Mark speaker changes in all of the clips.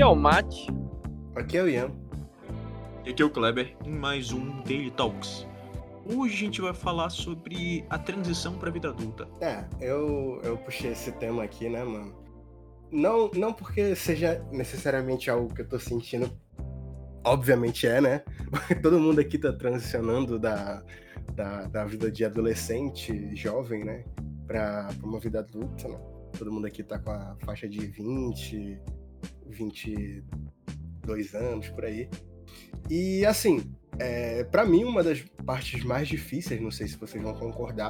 Speaker 1: é o Mate.
Speaker 2: Aqui é o Ian.
Speaker 3: E aqui é o Kleber, em mais um Daily Talks. Hoje a gente vai falar sobre a transição para a vida adulta.
Speaker 2: Eu puxei esse tema aqui, né, mano? Não porque seja necessariamente algo que eu tô sentindo, obviamente né? Todo mundo aqui tá transicionando da vida de adolescente, jovem, né? Pra uma vida adulta, né? Todo mundo aqui tá com a faixa de 20, 22 anos, por aí. E, assim, pra mim, uma das partes mais difíceis, não sei se vocês vão concordar,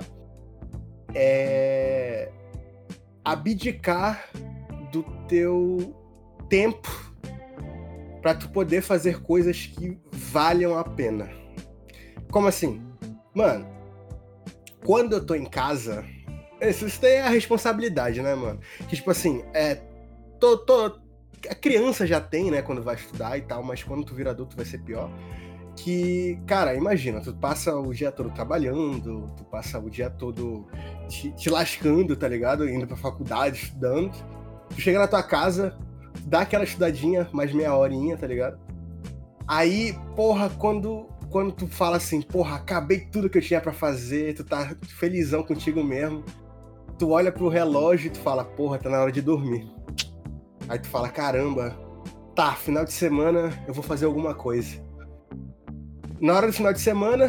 Speaker 2: é abdicar do teu tempo pra tu poder fazer coisas que valham a pena. Como assim? Mano, quando eu tô em casa, isso tem a responsabilidade, né, mano? Que, tipo assim, a criança já tem, né, quando vai estudar e tal, mas quando tu vira adulto vai ser pior. Que, cara, imagina, tu passa o dia todo trabalhando, tu passa o dia todo te lascando, tá ligado? Indo pra faculdade, estudando. Tu chega na tua casa, dá aquela estudadinha, mais meia horinha, tá ligado? Aí, porra, quando tu fala assim, porra, acabei tudo que eu tinha pra fazer, tu tá felizão contigo mesmo, tu olha pro relógio e tu fala, porra, tá na hora de dormir. Aí tu fala, caramba, tá, final de semana eu vou fazer alguma coisa. Na hora do final de semana,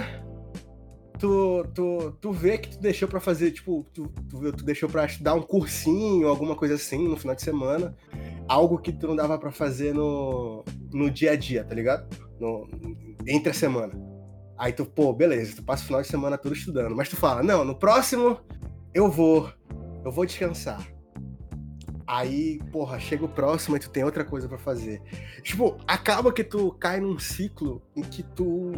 Speaker 2: tu vê que tu deixou pra fazer, tipo, tu deixou pra estudar um cursinho, alguma coisa assim, no final de semana. Algo que tu não dava pra fazer no dia a dia, tá ligado? Entre a semana. Aí tu, pô, beleza, tu passa o final de semana todo estudando. Mas tu fala, não, no próximo eu vou descansar. Aí, porra, chega o próximo e tu tem outra coisa pra fazer. Tipo, acaba que tu cai num ciclo em que tu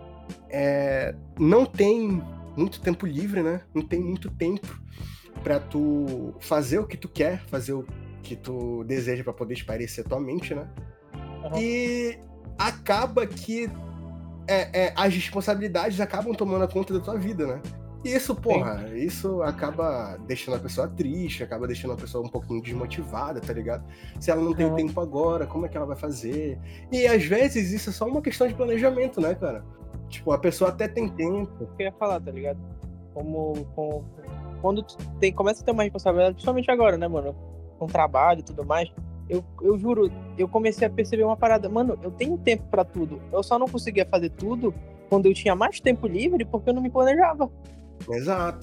Speaker 2: não tem muito tempo livre, né? Não tem muito tempo pra tu fazer o que tu quer, fazer o que tu deseja pra poder espairecer tua mente, né? Uhum. E acaba que as responsabilidades acabam tomando conta da tua vida, né? E isso, porra, isso acaba deixando a pessoa triste, acaba deixando a pessoa um pouquinho desmotivada, tá ligado? Se ela não tem tempo agora, como é que ela vai fazer? E às vezes isso é só uma questão de planejamento, né, cara? Tipo, a pessoa até tem tempo.
Speaker 1: Eu ia falar, tá ligado? Quando tu começa a ter uma responsabilidade, principalmente agora, né, mano? Com trabalho e tudo mais, eu juro, eu comecei a perceber uma parada. Mano, eu tenho tempo pra tudo. Eu só não conseguia fazer tudo quando eu tinha mais tempo livre porque eu não me planejava.
Speaker 2: Exato.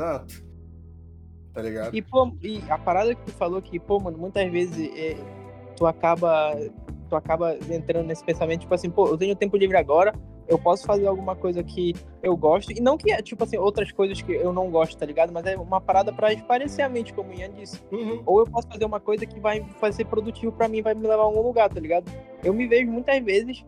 Speaker 2: Tá ligado?
Speaker 1: E, pô, a parada que tu falou que, pô, mano, muitas vezes tu acaba entrando nesse pensamento, tipo assim, pô, eu tenho tempo livre agora, eu posso fazer alguma coisa que eu gosto, e não que tipo assim, outras coisas que eu não gosto, tá ligado? Mas é uma parada pra espairecer a mente, como o Ian disse.
Speaker 2: Uhum.
Speaker 1: Ou eu posso fazer uma coisa que vai ser produtivo pra mim, vai me levar a algum lugar, tá ligado? Eu me vejo muitas vezes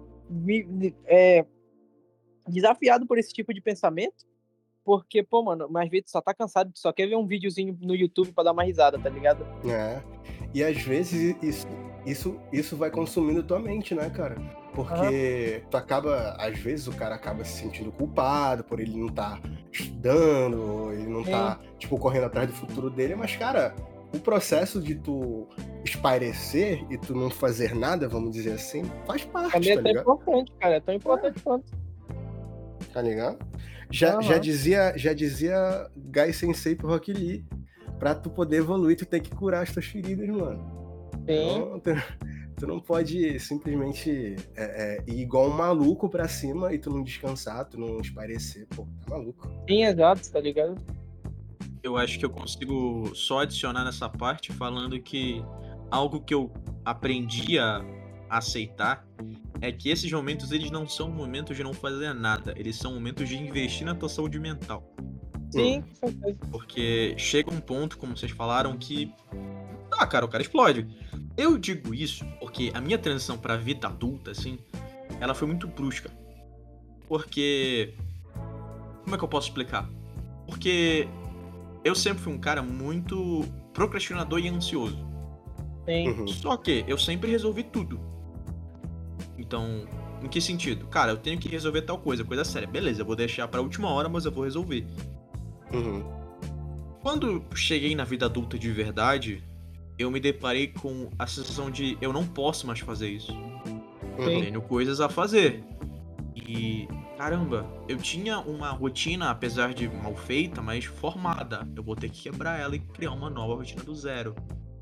Speaker 1: desafiado por esse tipo de pensamento, porque, pô, mano, às vezes tu só tá cansado, tu só quer ver um videozinho no YouTube pra dar uma risada, tá ligado?
Speaker 2: E às vezes isso vai consumindo tua mente, né, cara? Porque tu acaba, às vezes o cara acaba se sentindo culpado por ele não tá estudando, ele não tá, tipo, correndo atrás do futuro dele, mas, cara, o processo de tu espairecer e tu não fazer nada, vamos dizer assim, faz parte,
Speaker 1: também
Speaker 2: tá ligado?
Speaker 1: Importante, cara, é tão importante quanto.
Speaker 2: Tá ligado? Já dizia Gai Sensei pro Rock Lee, pra tu poder evoluir, tu tem que curar as tuas feridas, mano.
Speaker 1: Sim.
Speaker 2: Então, tu não pode simplesmente ir igual um maluco pra cima e tu não descansar, tu não espairecer, pô, tá maluco.
Speaker 1: Sim, exato, tá ligado?
Speaker 3: Eu acho que eu consigo só adicionar nessa parte falando que algo que eu aprendi a aceitar é que esses momentos, eles não são momentos de não fazer nada, eles são momentos de investir na tua saúde mental.
Speaker 1: Sim, com certeza.
Speaker 3: Porque chega um ponto, como vocês falaram, que cara, o cara explode. Eu digo isso porque a minha transição pra vida adulta, assim, ela foi muito brusca. Porque... como é que eu posso explicar? Porque eu sempre fui um cara muito procrastinador e ansioso.
Speaker 1: Sim.
Speaker 3: Só que eu sempre resolvi tudo. Então, em que sentido? Cara, eu tenho que resolver tal coisa séria. Beleza, eu vou deixar pra última hora, mas eu vou resolver. Quando cheguei na vida adulta de verdade, eu me deparei com a sensação de eu não posso mais fazer isso. Eu
Speaker 1: Sim.
Speaker 3: tenho coisas a fazer. E, caramba, eu tinha uma rotina, apesar de mal feita, mas formada. Eu vou ter que quebrar ela e criar uma nova rotina do zero.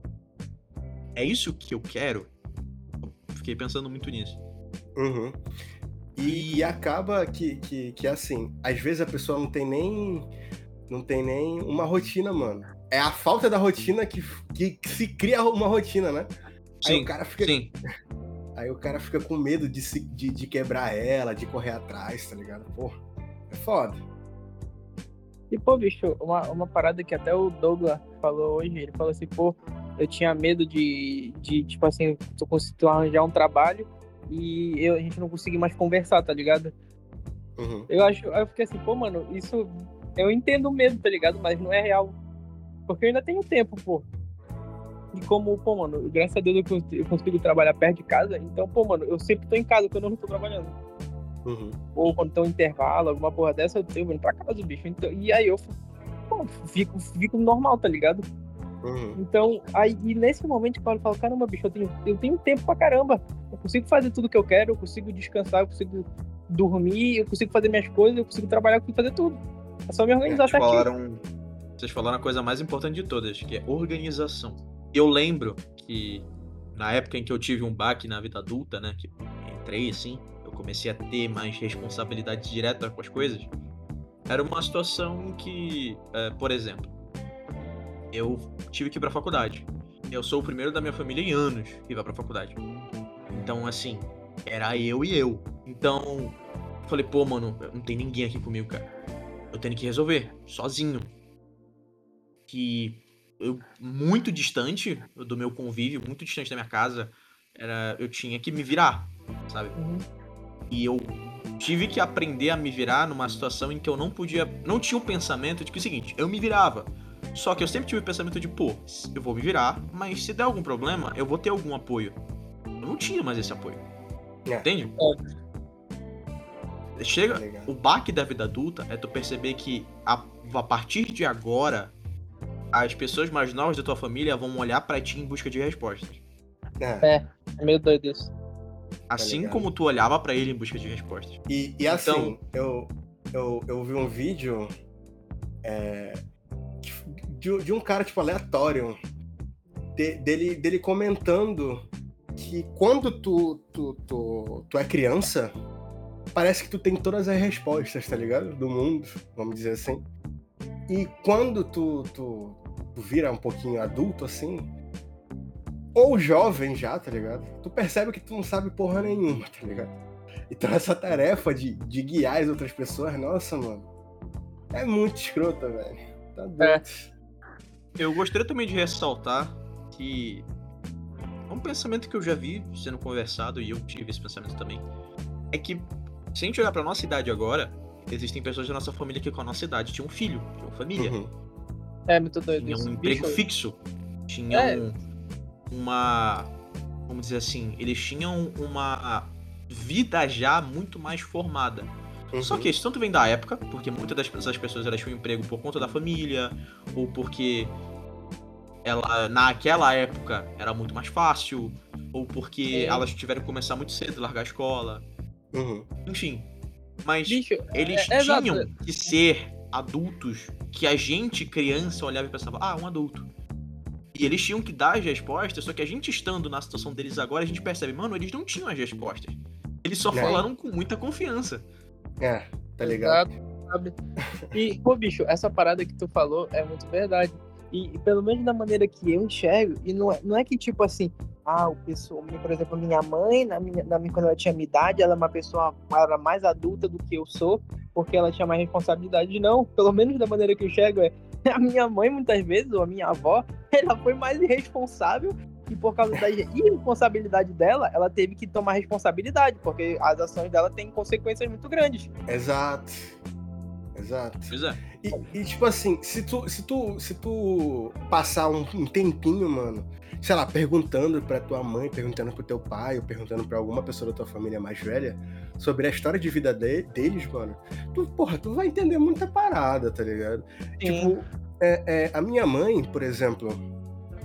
Speaker 3: É isso que eu quero? Eu fiquei pensando muito nisso.
Speaker 2: Uhum. E acaba que assim, às vezes a pessoa não tem nem uma rotina, mano. É a falta da rotina que se cria uma rotina, né? Aí o
Speaker 3: Sim,
Speaker 2: cara fica,
Speaker 3: sim.
Speaker 2: aí o cara fica com medo de quebrar ela, de correr atrás, tá ligado? Pô, é foda.
Speaker 1: E, pô, bicho, uma parada que até o Douglas falou hoje, ele falou assim, pô, eu tinha medo de tipo assim, tu arranjar um trabalho e a gente não conseguir mais conversar, tá ligado?
Speaker 2: Uhum.
Speaker 1: Aí eu fiquei assim, pô, mano, isso eu entendo o medo, tá ligado? Mas não é real. Porque eu ainda tenho tempo, pô. E como, pô, mano, graças a Deus eu consigo trabalhar perto de casa, então, pô, mano, eu sempre tô em casa quando eu não tô trabalhando.
Speaker 2: Uhum.
Speaker 1: Ou quando tem um intervalo, alguma porra dessa, eu tenho indo pra casa, bicho. Então, e aí eu, pô, fico normal, tá ligado?
Speaker 2: Uhum.
Speaker 1: Então, aí e nesse momento eu falo, caramba, bicho, eu tenho tempo pra caramba. Eu consigo fazer tudo que eu quero, eu consigo descansar, eu consigo dormir, eu consigo fazer minhas coisas, eu consigo trabalhar, eu consigo fazer tudo. É só me organizar certinho.
Speaker 3: Vocês falaram a coisa mais importante de todas, que é organização. Eu lembro que na época em que eu tive um baque na vida adulta, né, que entrei assim, eu comecei a ter mais responsabilidade direta com as coisas. Era uma situação em que, por exemplo, eu tive que ir pra faculdade. Eu sou o primeiro da minha família em anos que vai pra faculdade. Então, assim, era eu e eu. Então, eu falei, pô, mano, não tem ninguém aqui comigo, cara. Eu tenho que resolver, sozinho. Que eu, muito distante do meu convívio, muito distante da minha casa, eu tinha que me virar, sabe?
Speaker 1: Uhum.
Speaker 3: E eu tive que aprender a me virar numa situação em que eu não tinha o pensamento de que é o seguinte, eu me virava. Só que eu sempre tive o pensamento de, pô, eu vou me virar, mas se der algum problema, eu vou ter algum apoio. Eu não tinha mais esse apoio.
Speaker 2: É.
Speaker 3: Entende?
Speaker 2: Tá ligado.
Speaker 3: O baque da vida adulta é tu perceber que a partir de agora, as pessoas mais novas da tua família vão olhar pra ti em busca de respostas.
Speaker 1: É meio doido isso.
Speaker 3: Assim
Speaker 2: ligado.
Speaker 3: como tu olhava pra ele em busca de respostas.
Speaker 2: E assim, eu vi um vídeo de um cara, tipo, aleatório, dele comentando que quando tu é criança, parece que tu tem todas as respostas, tá ligado? Do mundo, vamos dizer assim. E quando tu vira um pouquinho adulto, assim, ou jovem já, tá ligado? Tu percebe que tu não sabe porra nenhuma, tá ligado? Então essa tarefa de guiar as outras pessoas, nossa, mano, é muito escrota, velho. Tá doido.
Speaker 3: Eu gostaria também de ressaltar que um pensamento que eu já vi sendo conversado, e eu tive esse pensamento também, é que se a gente olhar pra nossa idade agora, existem pessoas da nossa família que com a nossa idade tinham um filho, tinham família.
Speaker 2: Uhum.
Speaker 1: É muito doido
Speaker 3: Tinham
Speaker 1: isso.
Speaker 3: um emprego
Speaker 1: Bicho,
Speaker 3: fixo. Tinham uma... Vamos dizer assim, eles tinham uma vida já muito mais formada. Só que isso tanto vem da época, porque muitas das pessoas elas tinham emprego por conta da família, ou porque naquela época era muito mais fácil, ou porque elas tiveram que começar muito cedo, largar a escola.
Speaker 2: Uhum.
Speaker 3: Enfim. Mas
Speaker 1: bicho,
Speaker 3: eles tinham que ser adultos que a gente, criança, olhava e pensava, um adulto. E eles tinham que dar as respostas, só que a gente estando na situação deles agora, a gente percebe, mano, eles não tinham as respostas. Eles só falaram com muita confiança.
Speaker 2: Tá ligado?
Speaker 1: Sabe? E, pô, bicho, essa parada que tu falou é muito verdade. E pelo menos da maneira que eu enxergo, e não é que tipo assim, o pessoal, por exemplo, minha mãe, quando ela tinha minha idade, ela é uma pessoa era mais adulta do que eu sou, porque ela tinha mais responsabilidade. Não, pelo menos da maneira que eu enxergo a minha mãe, muitas vezes, ou a minha avó, ela foi mais irresponsável e por causa da irresponsabilidade dela, ela teve que tomar responsabilidade, porque as ações dela têm consequências muito grandes.
Speaker 2: Exato.
Speaker 3: Pois é.
Speaker 2: E tipo assim, se tu passar um tempinho, mano, sei lá, perguntando pra tua mãe, perguntando pro teu pai, ou perguntando pra alguma pessoa da tua família mais velha sobre a história de vida deles, mano, tu vai entender muita parada, tá ligado?
Speaker 1: Sim.
Speaker 2: Tipo, a minha mãe, por exemplo,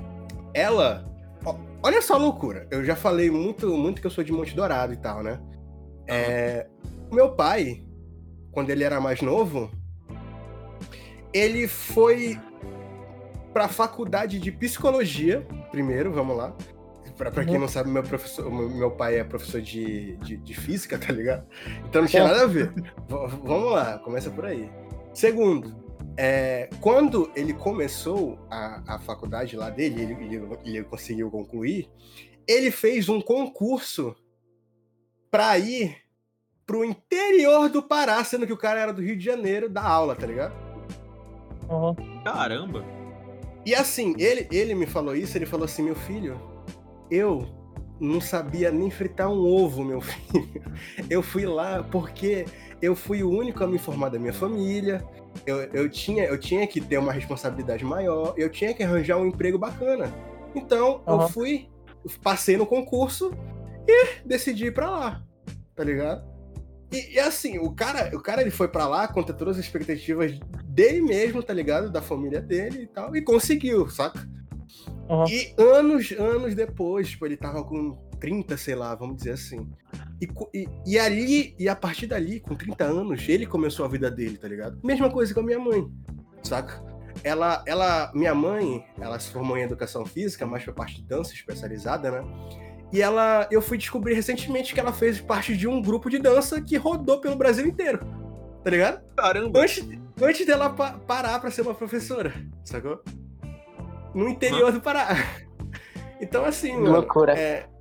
Speaker 2: ela... Olha só a loucura. Eu já falei muito que eu sou de Monte Dourado e tal, né? O meu pai, quando ele era mais novo, ele foi pra faculdade de psicologia, primeiro, vamos lá. Pra quem não sabe, meu pai é professor de física, tá ligado? Então não tinha nada a ver. Vamos lá, começa por aí. Segundo, quando ele começou a faculdade lá dele, ele conseguiu concluir, ele fez um concurso pra ir pro interior do Pará, sendo que o cara era do Rio de Janeiro, da aula, tá ligado?
Speaker 3: Caramba!
Speaker 2: E assim, ele me falou isso, ele falou assim, meu filho, eu não sabia nem fritar um ovo, meu filho. Eu fui lá porque eu fui o único a me formar da minha família, eu tinha que ter uma responsabilidade maior, eu tinha que arranjar um emprego bacana. Então, eu passei no concurso e decidi ir pra lá, tá ligado? E assim, o cara ele foi pra lá contra todas as expectativas dele mesmo, tá ligado? Da família dele e tal, e conseguiu, saca? E anos depois, tipo, ele tava com 30, sei lá, vamos dizer assim. E a partir dali, com 30 anos, ele começou a vida dele, tá ligado? Mesma coisa com a minha mãe, saca? Minha mãe, ela se formou em educação física, mais pra parte de dança especializada, né? E eu fui descobrir recentemente que ela fez parte de um grupo de dança que rodou pelo Brasil inteiro, tá ligado?
Speaker 3: Caramba!
Speaker 2: Antes dela parar pra ser uma professora, sacou? No interior do Pará. Então, assim, mano,
Speaker 1: loucura.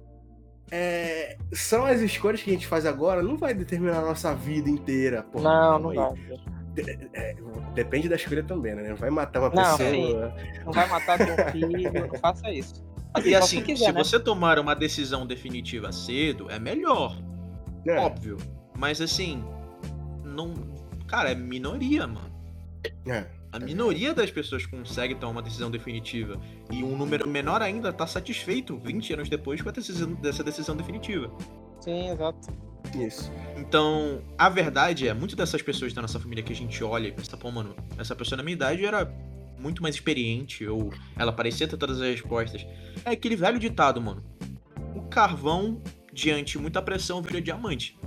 Speaker 2: São as escolhas que a gente faz agora, não vai determinar a nossa vida inteira. Porra,
Speaker 1: Não vai.
Speaker 2: Depende da escolha também, né? Não vai matar uma
Speaker 1: Não,
Speaker 2: pessoa.
Speaker 1: sim. Não vai matar teu filho, não faça isso.
Speaker 3: E assim,
Speaker 1: quiser,
Speaker 3: se
Speaker 1: né?
Speaker 3: você tomar uma decisão definitiva cedo, é melhor. Óbvio. Mas assim, não... Cara, é minoria, mano. A minoria das pessoas consegue tomar uma decisão definitiva. E um número menor ainda tá satisfeito 20 anos depois com dessa decisão definitiva.
Speaker 1: Sim, exato.
Speaker 2: Isso.
Speaker 3: Então, a verdade é, muitas dessas pessoas da nossa família que a gente olha e pensa, pô, mano, essa pessoa na minha idade era muito mais experiente, ou ela parecia ter todas as respostas. É aquele velho ditado, mano. O carvão, diante muita pressão, vira diamante.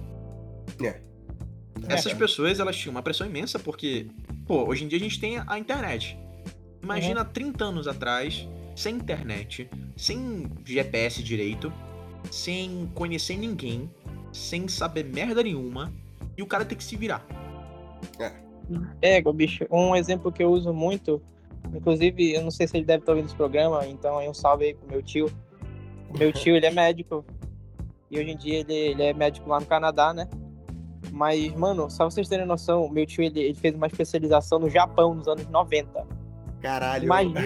Speaker 3: Essas pessoas, elas tinham uma pressão imensa porque, pô, hoje em dia a gente tem a internet. Imagina 30 anos atrás, sem internet, sem GPS direito, sem conhecer ninguém, sem saber merda nenhuma, e o cara tem que se virar.
Speaker 1: Bicho, um exemplo que eu uso muito, inclusive, eu não sei se ele deve estar ouvindo esse programa, então aí um salve aí pro meu tio. Meu tio, ele é médico, e hoje em dia ele é médico lá no Canadá, né? Mas, mano, só vocês terem noção, meu tio, ele fez uma especialização no Japão nos anos 90.
Speaker 2: Caralho.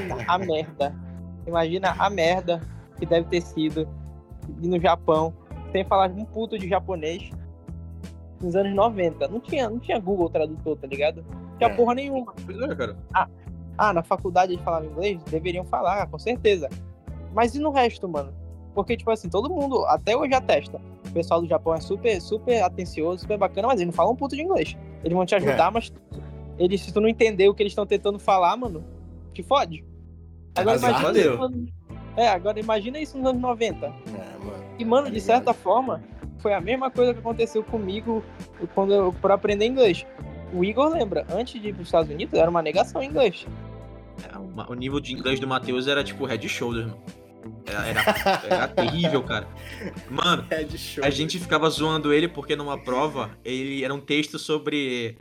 Speaker 1: Imagina a merda que deve ter sido ir no Japão, sem falar um puto de japonês, nos anos 90. Não tinha Google Tradutor, tá ligado? Não tinha porra nenhuma.
Speaker 3: Pois é, cara.
Speaker 1: Na faculdade eles falavam inglês? Deveriam falar, com certeza. Mas e no resto, mano? Porque, tipo assim, todo mundo, até hoje atesta. O pessoal do Japão é super, super atencioso, super bacana, mas eles não falam um puto de inglês. Eles vão te ajudar, mas se tu não entender o que eles estão tentando falar, mano, te fode. Agora imagina isso nos anos 90.
Speaker 2: Mano,
Speaker 1: e, mano, de certa forma, foi a mesma coisa que aconteceu comigo por aprender inglês. O Igor lembra, antes de ir pros Estados Unidos, era uma negação em inglês.
Speaker 3: O nível de inglês do Matheus era tipo head shoulders, mano. Era terrível, cara. Mano, a gente ficava zoando ele porque numa prova, ele era um texto sobre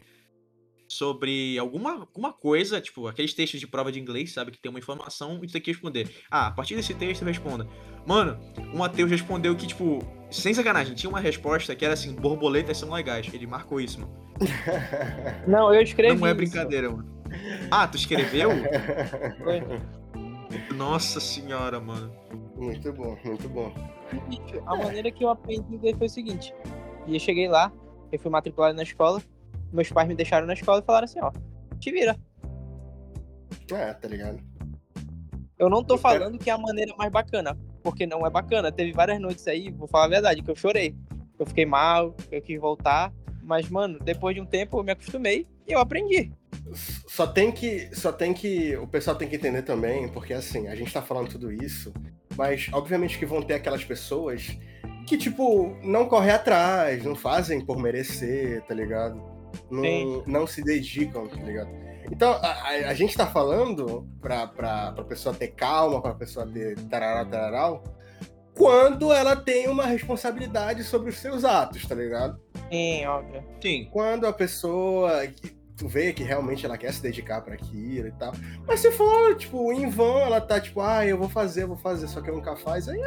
Speaker 3: alguma coisa, tipo, aqueles textos de prova de inglês, sabe? Que tem uma informação e tu tem que responder. A partir desse texto, responda. Mano, o Matheus respondeu que, tipo, sem sacanagem, tinha uma resposta que era assim, borboletas são legais. Ele marcou isso, mano.
Speaker 1: Não, eu escrevi.
Speaker 3: Não é brincadeira, mano. Tu escreveu?
Speaker 1: Foi.
Speaker 3: Nossa senhora, mano.
Speaker 2: Muito bom, muito bom.
Speaker 1: A maneira que eu aprendi inglês foi o seguinte. Eu cheguei lá, eu fui matriculado na escola, meus pais me deixaram na escola e falaram assim, te vira.
Speaker 2: Tá ligado?
Speaker 1: Eu não tô falando que é a maneira mais bacana, porque não é bacana. Teve várias noites aí, vou falar a verdade, que eu chorei. Eu fiquei mal, eu quis voltar, Mas, mano, depois de um tempo eu me acostumei e eu aprendi.
Speaker 2: Só tem que. O pessoal tem que entender também, porque assim, a gente tá falando tudo isso, mas obviamente que vão ter aquelas pessoas que, tipo, não correm atrás, não fazem por merecer, tá ligado? Não se dedicam, tá ligado? Então, a gente tá falando pra pessoa ter calma, pra pessoa ter tararau, quando ela tem uma responsabilidade sobre os seus atos, tá ligado?
Speaker 1: Sim, óbvio.
Speaker 3: Sim.
Speaker 2: Quando a pessoa, tu vê que realmente ela quer se dedicar pra aquilo e tal. Mas se for, tipo, em vão, ela tá tipo, eu vou fazer, só que nunca faz, aí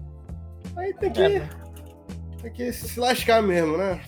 Speaker 2: tem que se lascar mesmo, né?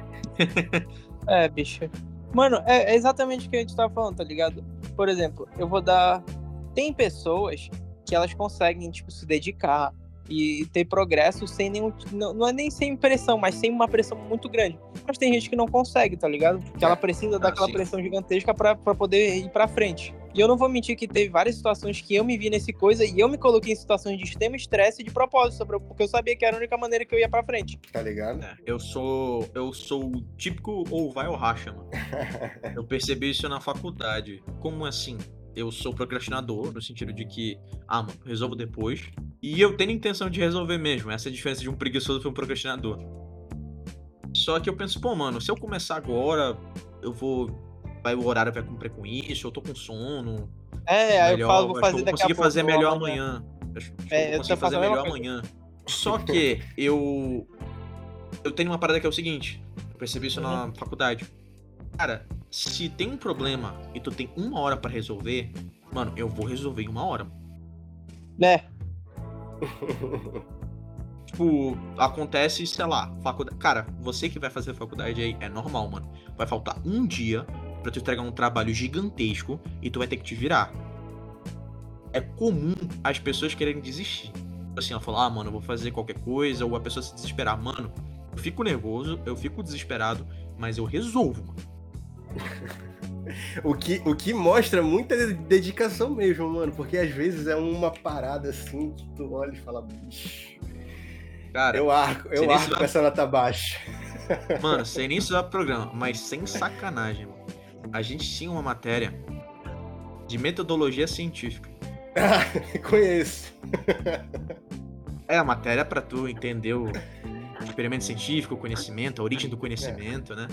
Speaker 1: Bicho. Mano, é exatamente o que a gente tá falando, tá ligado? Por exemplo, eu vou dar... Tem pessoas que elas conseguem, tipo, se dedicar e ter progresso sem nenhum... Não é nem sem pressão, mas sem uma pressão muito grande. Mas tem gente que não consegue, tá ligado? Que ela precisa daquela pressão gigantesca pra poder ir pra frente. E eu não vou mentir que teve várias situações que eu me vi nesse coisa e eu me coloquei em situações de extremo estresse de propósito, porque eu sabia que era a única maneira que eu ia pra frente.
Speaker 2: Tá ligado?
Speaker 3: Eu sou o típico ou vai ou racha, mano. Eu percebi isso na faculdade. Como assim? Eu sou procrastinador, no sentido de que, mano, resolvo depois. E eu tenho intenção de resolver mesmo. Essa é a diferença de um preguiçoso para um procrastinador. Só que eu penso, mano, se eu começar agora, o horário vai cumprir com isso, eu tô com sono.
Speaker 1: Aí eu falo, vou fazer daqui a pouco.
Speaker 3: Vou conseguir fazer melhor amanhã.
Speaker 1: Eu
Speaker 3: consigo fazer melhor amanhã. Só que eu tenho uma parada que é o seguinte, eu percebi isso na faculdade. Cara, se tem um problema e tu tem 1 hora pra resolver, mano, eu vou resolver em 1 hora. Tipo, acontece, sei lá, faculdade. Cara, você que vai fazer faculdade aí é normal, mano. Vai faltar um dia pra tu entregar um trabalho gigantesco e tu vai ter que te virar. É comum as pessoas quererem desistir. Assim, ela fala, mano, eu vou fazer qualquer coisa, ou a pessoa se desesperar. Mano, eu fico nervoso, eu fico desesperado, mas eu resolvo, mano.
Speaker 2: O que mostra muita dedicação mesmo, mano. Porque às vezes é uma parada assim que tu olha e fala, bicho.
Speaker 3: Cara,
Speaker 2: eu arco com essa nota baixa.
Speaker 3: Mano, sem nem estudar programa, mas sem sacanagem, mano. A gente tinha uma matéria de metodologia científica.
Speaker 2: Conheço.
Speaker 3: É a matéria pra tu entender o experimento científico, o conhecimento, a origem do conhecimento, né?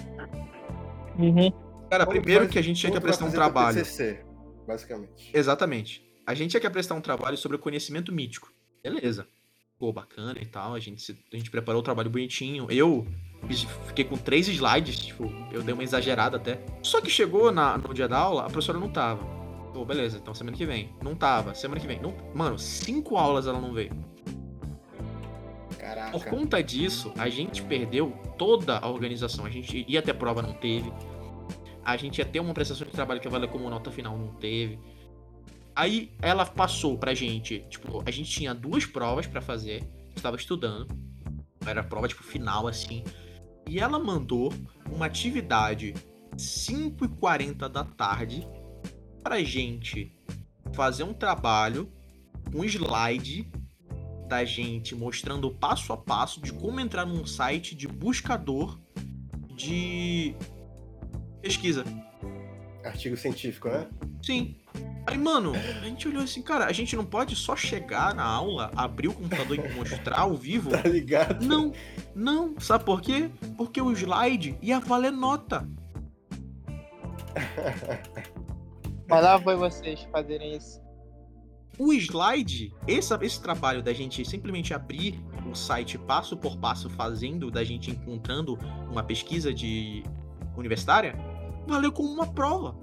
Speaker 3: Cara, primeiro que a gente tinha que apresentar um trabalho.
Speaker 2: TCC, basicamente.
Speaker 3: Exatamente. A gente tinha que apresentar um trabalho sobre o conhecimento mítico. Beleza. Pô, bacana e tal. A gente preparou o trabalho bonitinho. Eu fiquei com 3 slides, tipo, eu dei uma exagerada até. Só que chegou no dia da aula, a professora não tava. Pô, beleza, então semana que vem. Não tava, semana que vem. Não... Mano, 5 aulas ela não veio.
Speaker 2: Caraca.
Speaker 3: Por conta disso, a gente perdeu toda a organização. A gente ia ter prova, não teve. A gente ia ter uma prestação de trabalho que ia valer como nota final, não teve. Aí ela passou pra gente, tipo, a gente tinha 2 provas pra fazer, estava estudando, era prova, tipo, final, assim, e ela mandou uma atividade 5h40 da tarde pra gente fazer um trabalho, um slide da gente mostrando passo a passo de como entrar num site de buscador de pesquisa.
Speaker 2: Artigo científico, né?
Speaker 3: Sim. Aí, mano, a gente olhou assim, cara, a gente não pode só chegar na aula, abrir o computador e mostrar ao vivo?
Speaker 2: Tá ligado?
Speaker 3: Não. Sabe por quê? Porque o slide ia valer nota.
Speaker 1: Mas lá foi vocês fazerem isso.
Speaker 3: O slide, esse trabalho da gente simplesmente abrir o site passo por passo fazendo, da gente encontrando uma pesquisa de universitária, valeu como uma prova.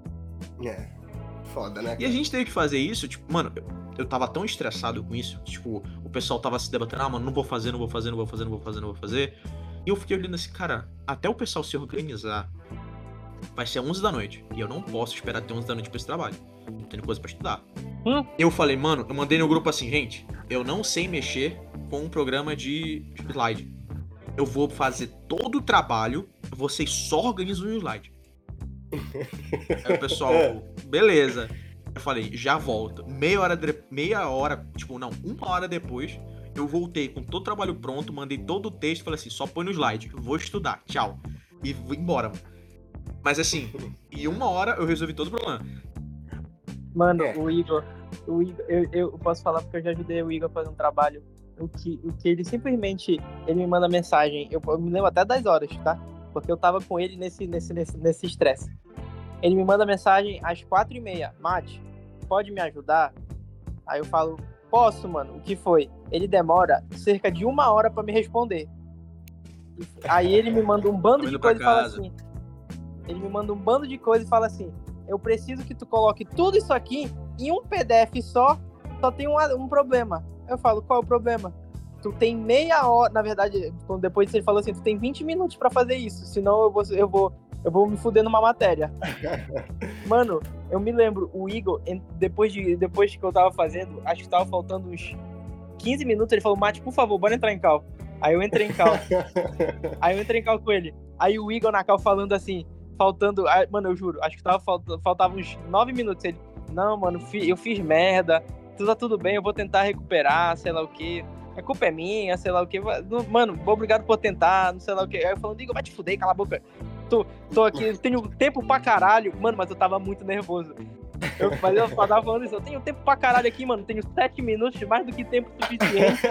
Speaker 2: Foda, né, cara?
Speaker 3: E a gente teve que fazer isso, tipo, mano, eu tava tão estressado com isso, tipo, o pessoal tava se debatendo, mano, não vou fazer. E eu fiquei olhando assim, cara, até o pessoal se organizar, vai ser 11 da noite. E eu não posso esperar até 11 da noite pra esse trabalho. Eu tenho coisa pra estudar. Eu falei, mano, eu mandei no grupo assim, gente, eu não sei mexer com um programa de slide. Eu vou fazer todo o trabalho, vocês só organizam o slide. Aí o pessoal, beleza. Eu falei, já volto. Meia hora, tipo, não, 1 hora depois, eu voltei com todo o trabalho pronto, mandei todo o texto, falei assim, só põe no slide, vou estudar, tchau. e vou embora. Mas assim, em 1 hora eu resolvi todo o problema.
Speaker 1: Mano, o Igor, eu posso falar porque eu já ajudei o Igor a fazer um trabalho. O que ele simplesmente, ele me manda mensagem, eu me lembro até das horas, tá? Porque eu tava com ele nesse estresse. Ele me manda mensagem às 4h30, Mate, pode me ajudar? Aí eu falo, posso, mano, o que foi? Ele demora cerca de 1 hora pra me responder. Aí ele me manda um bando de coisa e fala assim, eu preciso que tu coloque tudo isso aqui em um PDF só tem um problema. Eu falo, qual é o problema? Tu tem meia hora, na verdade, depois ele falou assim, tu tem 20 minutos pra fazer isso, senão eu vou me fuder numa matéria. Mano, eu me lembro, o Igor, depois que eu tava fazendo, acho que tava faltando uns 15 minutos, ele falou, Mate, por favor, bora entrar em cal. Aí eu entrei em cal com ele. Aí o Igor na cal falando assim, faltando, mano, eu juro, acho que faltava uns 9 minutos. Ele, não, mano, eu fiz merda, tá tudo bem, eu vou tentar recuperar, sei lá o que. A culpa é minha, sei lá o que. Mano, obrigado por tentar, não sei lá o que. Aí eu falando, Igor, vai te fuder, cala a boca. Tô aqui, tenho tempo pra caralho. Mano, mas eu tava muito nervoso. Eu tava falando isso, eu tenho tempo pra caralho aqui, mano. Tenho 7 minutos, mais do que tempo suficiente.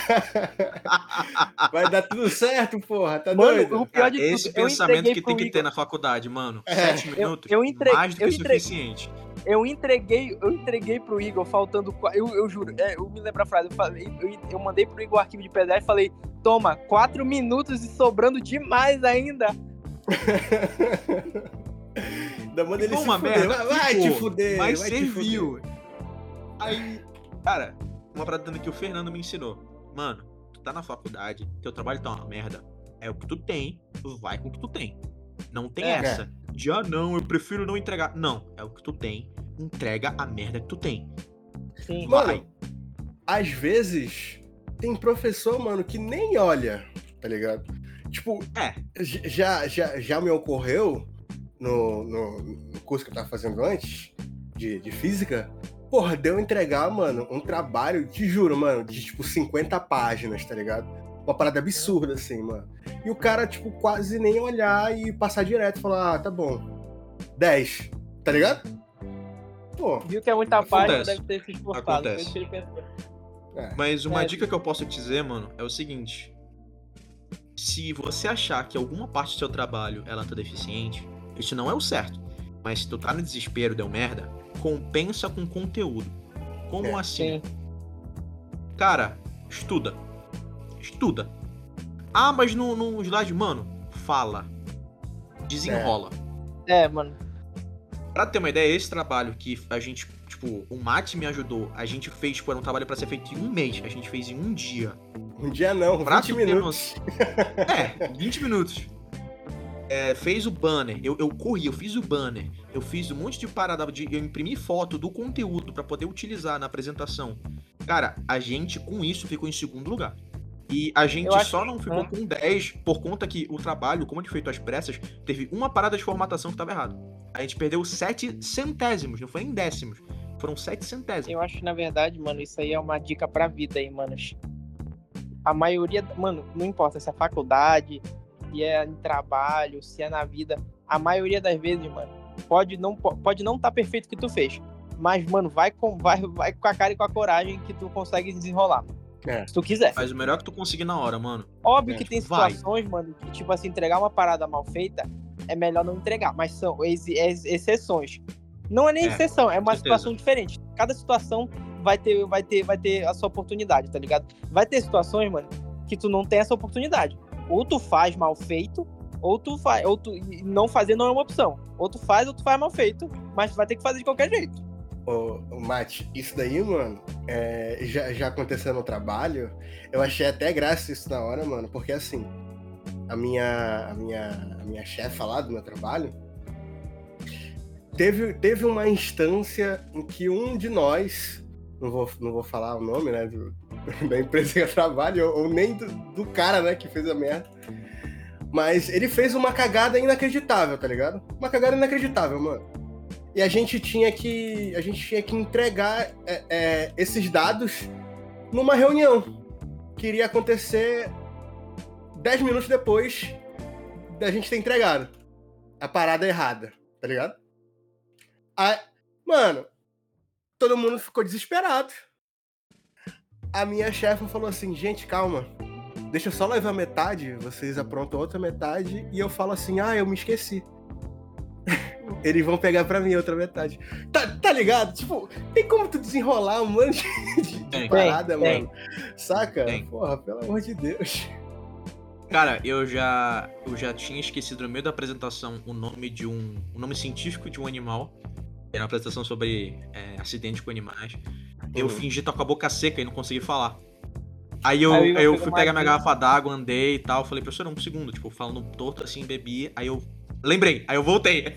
Speaker 2: Vai dar tudo certo, porra. Tá
Speaker 1: mano,
Speaker 2: doido?
Speaker 1: O pior de tudo,
Speaker 3: esse pensamento que tem que
Speaker 1: Igor.
Speaker 3: ter na faculdade, mano. 7 minutos, mais do que suficiente.
Speaker 1: Eu entreguei pro Igor faltando. Eu juro, eu me lembro a frase. Eu mandei pro Igor o arquivo de PDF e falei: toma, 4 minutos e sobrando demais ainda.
Speaker 2: Da manda ele
Speaker 3: uma
Speaker 2: se
Speaker 3: merda,
Speaker 2: fuder. Vai te fuder.
Speaker 3: Mas
Speaker 2: vai
Speaker 3: serviu. Aí, cara, uma parada que o Fernando me ensinou. Mano, tu tá na faculdade, teu trabalho tá uma merda. É o que tu tem, tu vai com o que tu tem. Não tem essa. Não, eu prefiro não entregar. Não, é o que tu tem. Entrega a merda que tu tem.
Speaker 1: Sim.
Speaker 2: Mano, às vezes tem professor, mano, que nem olha, tá ligado? Tipo, já me ocorreu no curso que eu tava fazendo antes, de física, porra, deu entregar, mano, um trabalho, te juro, mano, de tipo 50 páginas, tá ligado? Uma parada absurda, assim, mano. E o cara, tipo, quase nem olhar e passar direto, falar, tá bom, 10, tá ligado? Pô,
Speaker 1: viu que é muita página, deve ter se esforçado.
Speaker 3: Acontece. Mas uma dica que eu posso te dizer, mano, é o seguinte. Se você achar que alguma parte do seu trabalho ela tá deficiente, isso não é o certo. Mas se tu tá no desespero, deu merda, compensa com conteúdo. Como assim?
Speaker 1: Sim.
Speaker 3: Cara, estuda. Ah, mas no slide, mano, fala. Desenrola.
Speaker 1: Mano.
Speaker 3: Pra ter uma ideia, esse trabalho que a gente, tipo, o Mate me ajudou, a gente fez, tipo, era um trabalho pra ser feito em 1 mês, a gente fez em 1 dia.
Speaker 2: Um dia não, 20 minutos.
Speaker 3: 20 minutos. Fez o banner, eu corri, eu fiz o banner, eu fiz um monte de parada, eu imprimi foto do conteúdo pra poder utilizar na apresentação. Cara, a gente com isso ficou em 2º lugar. E a gente só não ficou com 10 por conta que o trabalho, como de feito às pressas, teve uma parada de formatação que tava errada. A gente perdeu 7 centésimos, não foi em décimos. Foram 7 centésimos.
Speaker 1: Eu acho que, na verdade, mano, isso aí é uma dica pra vida aí, mano. A maioria, mano, não importa se é faculdade, se é em trabalho, se é na vida, a maioria das vezes, mano, pode não tá perfeito o que tu fez. Mas, mano, vai com a cara e com a coragem que tu consegue desenrolar, mano. Se tu quiser.
Speaker 3: Faz o melhor que tu conseguir na hora, mano.
Speaker 1: Óbvio que tem situações, mano, que, tipo assim, entregar uma parada mal feita é melhor não entregar, mas são exceções. Não é nem exceção, é uma situação diferente. Cada situação vai ter a sua oportunidade, tá ligado? Vai ter situações, mano, que tu não tem essa oportunidade. Ou tu faz mal feito, ou tu não fazer não é uma opção. Ou tu faz mal feito, mas tu vai ter que fazer de qualquer jeito.
Speaker 2: Ô, Mate, isso daí, mano, já aconteceu no trabalho. Eu achei até graça isso na hora, mano, porque assim, a minha chefa lá do meu trabalho teve uma instância em que um de nós, não vou falar o nome, né, da empresa que eu trabalho, ou nem do cara, né, que fez a merda, mas ele fez uma cagada inacreditável, tá ligado? Uma cagada inacreditável, mano. E a gente tinha que entregar esses dados numa reunião que iria acontecer 10 minutos depois da gente ter entregado a parada errada, tá ligado? Aí, mano, todo mundo ficou desesperado. A minha chefe falou assim, gente, calma, deixa eu só levar metade, vocês aprontam outra metade, e eu falo assim, eu me esqueci. Eles vão pegar pra mim outra metade. Tá ligado? Tipo, tem como tu desenrolar um monte de parada, mano? Saca? Porra, pelo amor de Deus.
Speaker 3: Cara, eu já tinha esquecido no meio da apresentação o nome nome científico de um animal. Era uma apresentação sobre acidente com animais. Eu fingi estar com a boca seca e não consegui falar. Aí eu fui pegar minha garrafa d'água, andei e tal. Falei, professor, um segundo. Tipo, falando torto assim, bebi. Aí eu lembrei, aí eu voltei.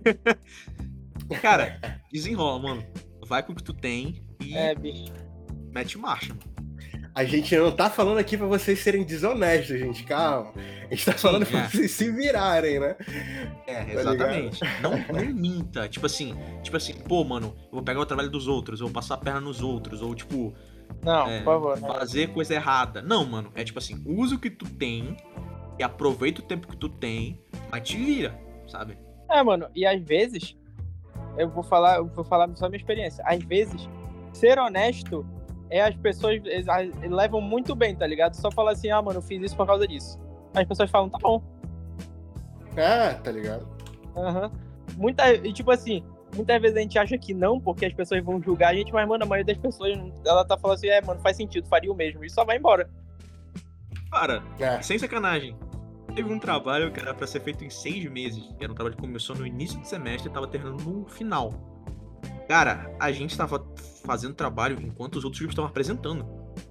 Speaker 3: Cara, desenrola, mano. Vai com o que tu tem e
Speaker 1: bicho.
Speaker 3: mete marcha, mano.
Speaker 2: A gente não tá falando aqui pra vocês serem desonestos, gente, calma. A gente tá falando pra vocês se virarem, né?
Speaker 3: Exatamente. Não minta. Tipo assim, pô, mano, eu vou pegar o trabalho dos outros, eu vou passar a perna nos outros, ou tipo...
Speaker 1: Não, por favor.
Speaker 3: Fazer coisa errada. Não, mano, é tipo assim, usa o que tu tem e aproveita o tempo que tu tem, mas te vira, sabe?
Speaker 1: Mano, e às vezes, eu vou falar só a minha experiência. Às vezes, ser honesto as pessoas levam muito bem, tá ligado? Só falar assim, mano, eu fiz isso por causa disso. As pessoas falam, tá bom.
Speaker 2: Tá ligado?
Speaker 1: E tipo assim, muitas vezes a gente acha que não, porque as pessoas vão julgar a gente, mas, mano, a maioria das pessoas, ela tá falando assim, mano, faz sentido, faria o mesmo, e só vai embora.
Speaker 3: Cara, sem sacanagem. Teve um trabalho que era pra ser feito em 6 meses. Era um trabalho que começou no início do semestre e tava terminando no final. Cara, a gente tava fazendo trabalho enquanto os outros grupos estavam apresentando.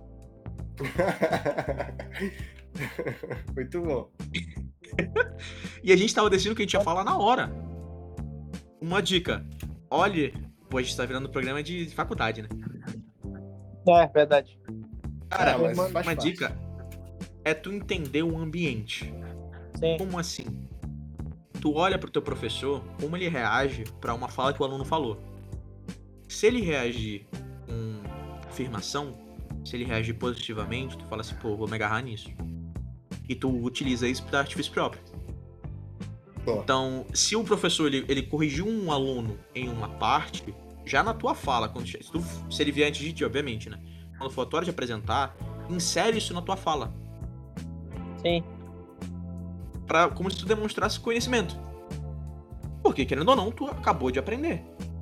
Speaker 2: Muito bom.
Speaker 3: E a gente tava decidindo o que a gente ia falar na hora. Uma dica. Olhe... Pô, a gente tá virando programa de faculdade, né?
Speaker 1: Verdade.
Speaker 3: Cara, uma dica é tu entender o ambiente.
Speaker 1: Sim.
Speaker 3: Como assim? Tu olha pro teu professor, como ele reage pra uma fala que o aluno falou. Se ele reagir com afirmação, se ele reagir positivamente, tu fala assim, pô, vou me agarrar nisso. E tu utiliza isso pra artifício próprio. Então, se o professor ele corrigiu um aluno em uma parte, já na tua fala, se ele vier antes de ti, obviamente, né? Quando for a tua hora de apresentar, insere isso na tua fala.
Speaker 1: Sim.
Speaker 3: Como se tu demonstrasse conhecimento. Porque, querendo ou não, tu acabou de aprender.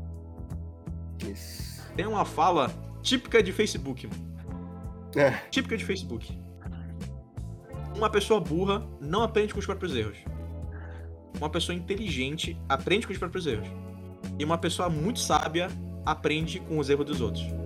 Speaker 2: Isso.
Speaker 3: Tem uma fala típica de Facebook, mano. Típica de Facebook. Uma pessoa burra não aprende com os próprios erros. Uma pessoa inteligente aprende com os próprios erros. E uma pessoa muito sábia aprende com os erros dos outros.